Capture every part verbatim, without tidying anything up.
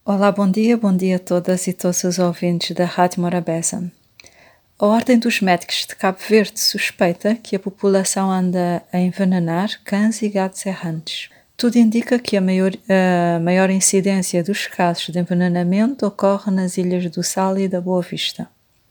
Olá, bom dia, bom dia a todas e todos os ouvintes da Rádio Morabeza. A Ordem dos Médicos de Cabo Verde suspeita que a população anda a envenenar cães e gatos errantes. Tudo indica que a maior, a maior incidência dos casos de envenenamento ocorre nas Ilhas do Sal e da Boa Vista.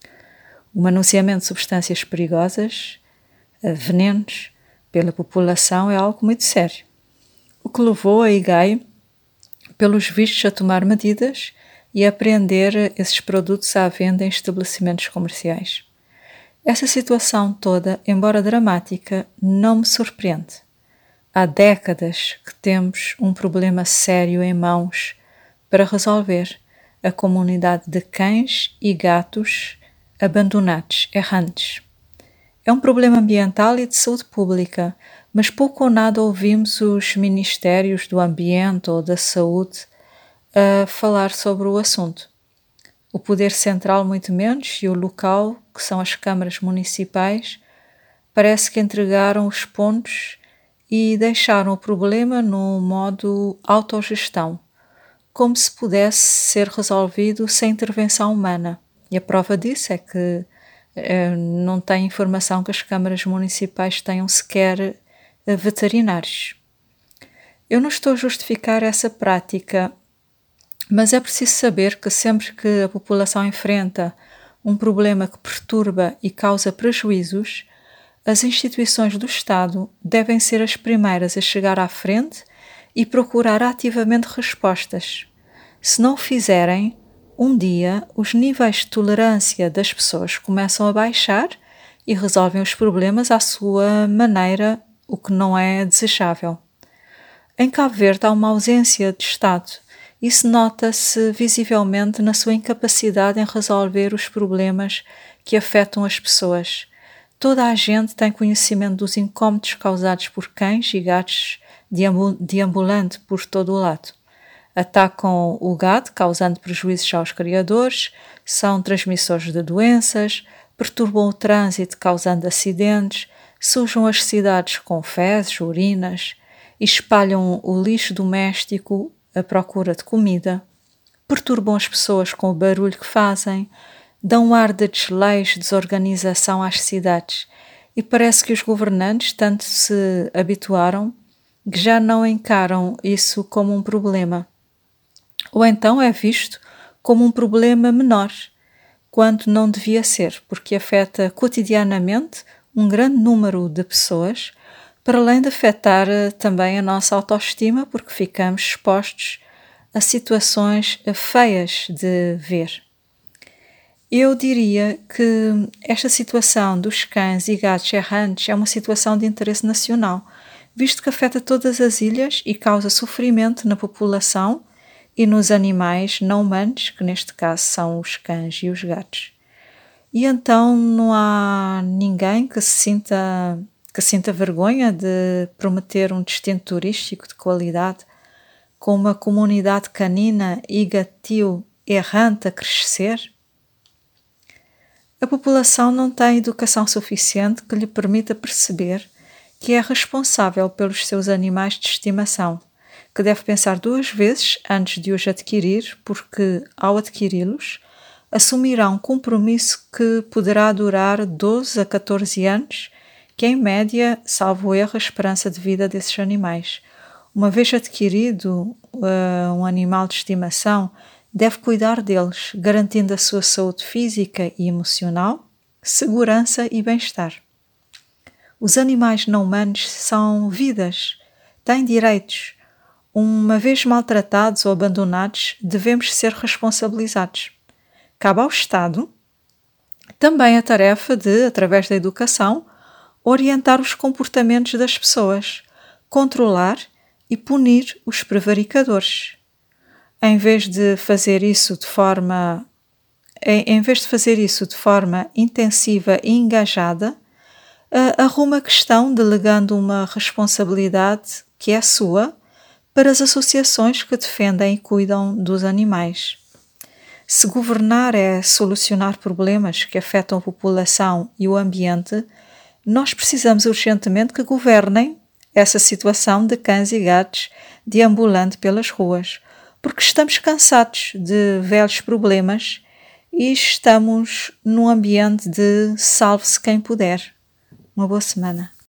O manuseamento de substâncias perigosas, venenos, pela população é algo muito sério, o que levou a I G A I, pelos vistos, a tomar medidas e a apreender esses produtos à venda em estabelecimentos comerciais. Essa situação toda, embora dramática, não me surpreende. Há décadas que temos um problema sério em mãos para resolver: a comunidade de cães e gatos abandonados, errantes. É um problema ambiental e de saúde pública, mas pouco ou nada ouvimos os ministérios do ambiente ou da saúde a falar sobre o assunto. O poder central muito menos, e o local, que são as câmaras municipais, parece que entregaram os pontos e deixaram o problema no modo autogestão, como se pudesse ser resolvido sem intervenção humana. E a prova disso é que eh, não tem informação que as câmaras municipais tenham sequer eh, veterinários. Eu não estou a justificar essa prática, mas é preciso saber que sempre que a população enfrenta um problema que perturba e causa prejuízos, as instituições do Estado devem ser as primeiras a chegar à frente e procurar ativamente respostas. Se não o fizerem, um dia os níveis de tolerância das pessoas começam a baixar e resolvem os problemas à sua maneira, o que não é desejável. Em Cabo Verde há uma ausência de Estado. Isso nota-se visivelmente na sua incapacidade em resolver os problemas que afetam as pessoas. Toda a gente tem conhecimento dos incômodos causados por cães e gatos deambulando por todo o lado. Atacam o gado, causando prejuízos aos criadores, são transmissores de doenças, perturbam o trânsito, causando acidentes, sujam as cidades com fezes, urinas, espalham o lixo doméstico à procura de comida, perturbam as pessoas com o barulho que fazem, dão um ar de desleixo, desorganização às cidades, e parece que os governantes tanto se habituaram que já não encaram isso como um problema. Ou então é visto como um problema menor, quando não devia ser, porque afeta cotidianamente um grande número de pessoas, para além de afetar também a nossa autoestima, porque ficamos expostos a situações feias de ver. Eu diria que esta situação dos cães e gatos errantes é uma situação de interesse nacional, visto que afeta todas as ilhas e causa sofrimento na população e nos animais não humanos, que neste caso são os cães e os gatos. E então não há ninguém que se sinta, que sinta vergonha de prometer um destino turístico de qualidade, com uma comunidade canina e gatio errante a crescer? A população não tem educação suficiente que lhe permita perceber que é responsável pelos seus animais de estimação, que deve pensar duas vezes antes de os adquirir, porque, ao adquiri-los, assumirá um compromisso que poderá durar doze a catorze anos, que em média, salvo erro, a esperança de vida desses animais. Uma vez adquirido uh, um animal de estimação, deve cuidar deles, garantindo a sua saúde física e emocional, segurança e bem-estar. Os animais não humanos são vidas, têm direitos. Uma vez maltratados ou abandonados, devemos ser responsabilizados. Cabe ao Estado também a tarefa de, através da educação, orientar os comportamentos das pessoas, controlar e punir os prevaricadores. Em vez de fazer isso de forma, em, em vez de fazer isso de forma intensiva e engajada, uh, arruma a questão delegando uma responsabilidade que é sua para as associações que defendem e cuidam dos animais. Se governar é solucionar problemas que afetam a população e o ambiente, nós precisamos urgentemente que governem essa situação de cães e gatos deambulando pelas ruas, porque estamos cansados de velhos problemas e estamos num ambiente de salve-se quem puder. Uma boa semana.